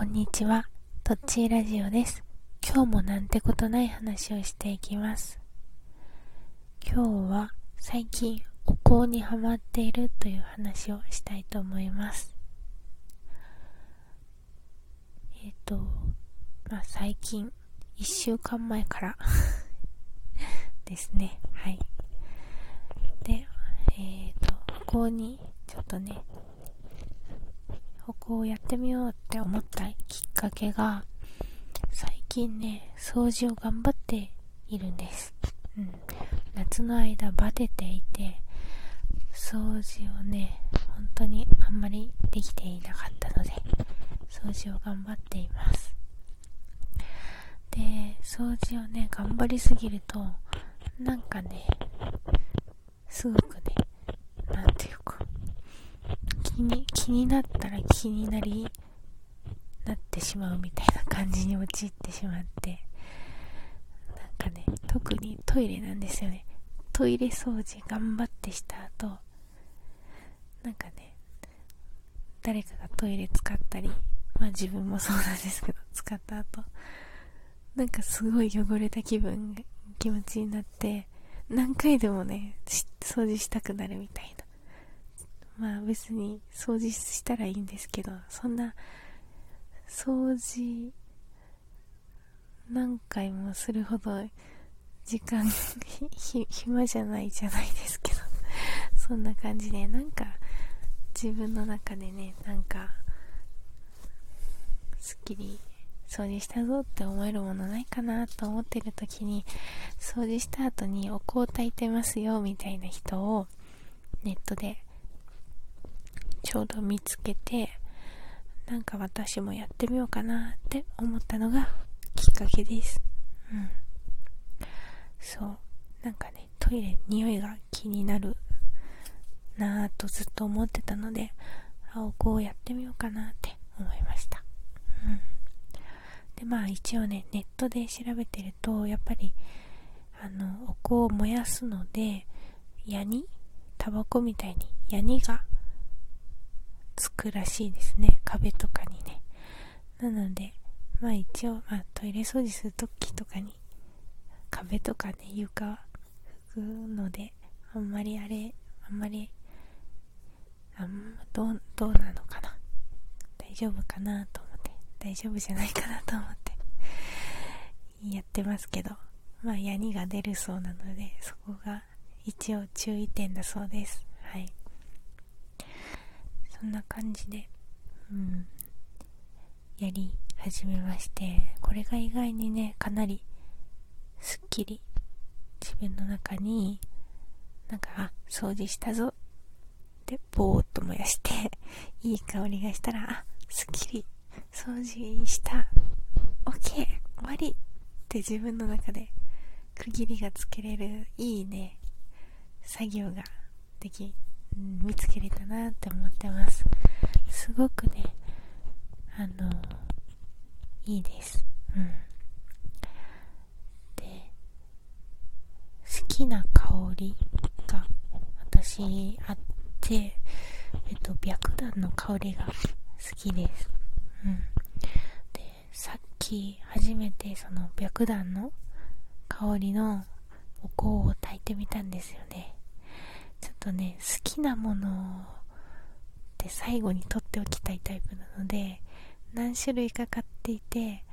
こんにちは、とっちーラジオです。今日もなんてことない話をしていきます。今日は最近お香にハマっているという話をしたいと思います。最近1週間前からですね。はい。で、お香にちょっとね、お香をやってみようって思ったきっかけが、最近ね、掃除を頑張っているんです。夏の間バテていて、掃除をね、本当にあんまりできていなかったので、掃除を頑張っています。で、掃除をね、頑張りすぎると、なんかね、すごくね、なんていうか、気になったら気になってしまうみたいな感じに陥ってしまって、なんかね、特にトイレなんですよね。トイレ掃除頑張ってした後、なんかね、誰かがトイレ使ったり、自分もそうなんですけど、使った後、なんかすごい汚れた気持ちになって、何回でもね、掃除したくなるみたいな。別に掃除したらいいんですけど、そんな掃除何回もするほど時間暇じゃないじゃないですけどそんな感じで、なんか自分の中でね、なんかすっきり掃除したぞって思えるものないかなと思ってる時に、掃除した後にお香焚いてますよみたいな人をネットでちょうど見つけて、なんか私もやってみようかなって思ったのがきっかけです。そう、なんかね、トイレ匂いが気になるなぁとずっと思ってたので、お香をやってみようかなって思いました。で、一応ね、ネットで調べてると、やっぱりお香を燃やすので、タバコみたいにヤニがつくらしいですね、壁とかにね。なので、一応、トイレ掃除するときとかに壁とかね、床拭くので、どうなのかな、大丈夫かなと思って、大丈夫じゃないかなと思ってやってますけど、ヤニが出るそうなので、そこが一応注意点だそうです。はい。そんな感じで、やり始めまして、これが意外にね、かなりすっきり自分の中に、なんか、掃除したぞってぼーっと燃やしていい香りがしたら、すっきり掃除した、 OK 終わりって自分の中で区切りがつけれる、いいね、作業が見つけれたなって思ってます。すごくね、いいです。で、好きな香りが私あって、白檀の香りが好きです。で、さっき初めてその白檀の香りのお香を焚いてみたんですよね。ちょっとね、好きなものって最後に取っておきたいタイプなので、何種類か買っていて、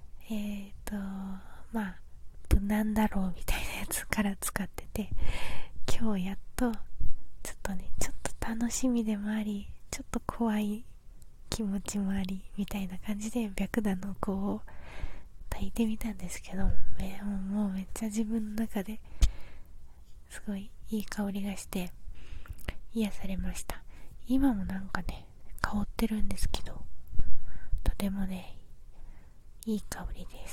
無難だろうみたいなやつから使ってて、今日やっとちょっと楽しみでもあり、ちょっと怖い気持ちもありみたいな感じで白檀の香を焚いてみたんですけど、もうめっちゃ自分の中ですごいいい香りがして癒されました。今もなんかね、香ってるんですけど、とてもね、いい香りです。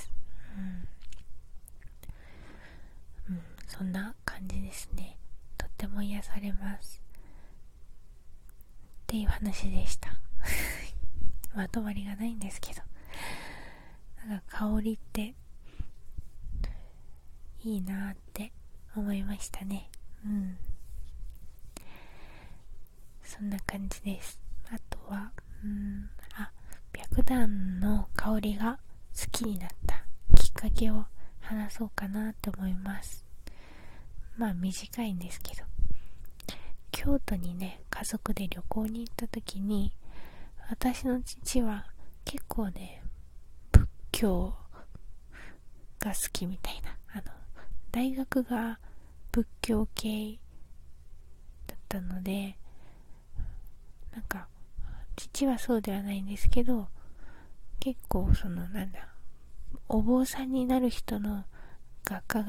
そんな感じですね。とっても癒されますっていう話でしたまとまりがないんですけど、なんか香りっていいなって思いましたね。そんな感じです。あとは、 白檀の香りが好きになったきっかけを話そうかなと思います。まあ短いんですけど、京都にね、家族で旅行に行った時に、私の父は結構ね、仏教が好きみたいな、大学が仏教系だったので、なんか父はそうではないんですけど、結構お坊さんになる人の学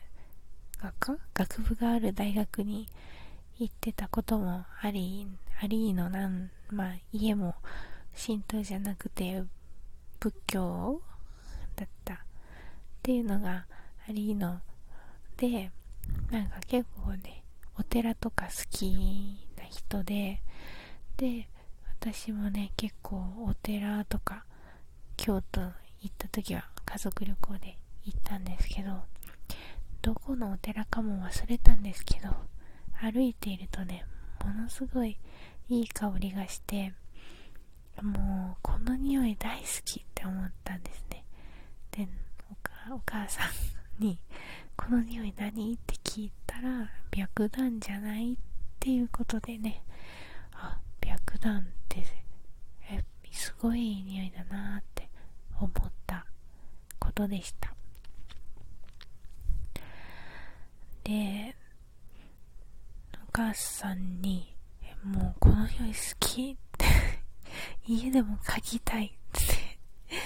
部がある大学に行ってたこともありの家も神道じゃなくて仏教だったっていうのがありので、なんか結構ね、お寺とか好きな人で、私もね、結構お寺とか京都行った時は家族旅行で行ったんですけど、どこのお寺かも忘れたんですけど、歩いているとね、ものすごいいい香りがして、もうこの匂い大好きって思ったんですね。で、お母さんにこの匂い何って聞いたら、白檀じゃないっていうことでね、白檀ってすごいいい匂いだなって思ったことでした。で、お母さんにもうこの匂い好きって家でも嗅ぎたいって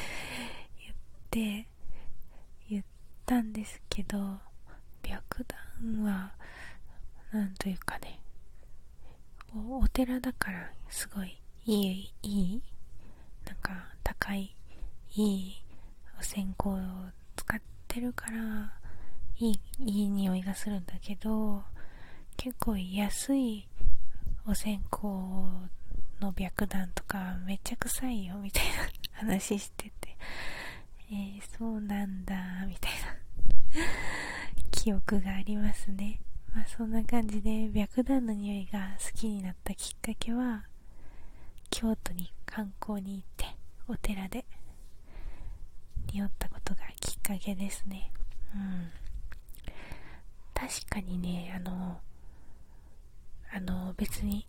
言ったんですけど、白檀はなんというかね、お寺だからすごいいいなんか高いいいお線香を使ってるからいい匂いがするんだけど、結構安いお線香の白檀とかめっちゃ臭いよみたいな話してて、そうなんだみたいな記憶がありますね。まあそんな感じで白檀の匂いが好きになったきっかけは、京都に観光に行ってお寺で匂ったことがきっかけですね。確かにね、別に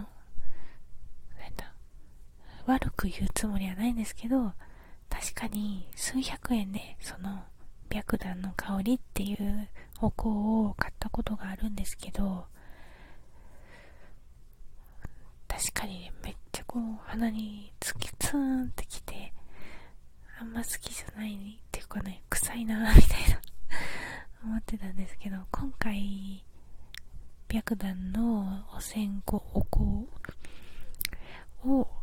悪く言うつもりはないんですけど、確かに数百円でその白檀の香りっていうお香を買ったことがあるんですけど、確かにね、めっちゃこう鼻にツーンってきて、あんま好きじゃないっていうかね、臭いなみたいな思ってたんですけど、今回白檀のお線香お香を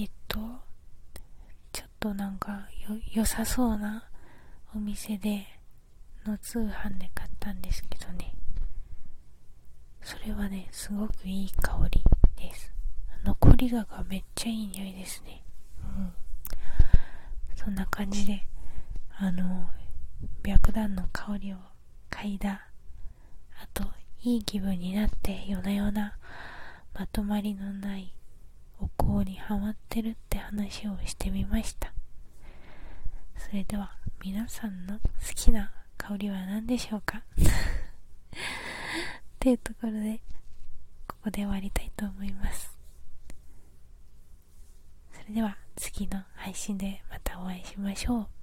ちょっとなんか良さそうなお店での通販で買ったんですけどね、それはね、すごくいい香りです。残りがめっちゃいい匂いですね。そんな感じで白檀の香りを嗅いだ後、いい気分になって夜な夜なまとまりのないお香にハマってるって話をしてみました。それでは皆さんの好きな香りは何でしょうかというところで、ここで終わりたいと思います。それでは次の配信でまたお会いしましょう。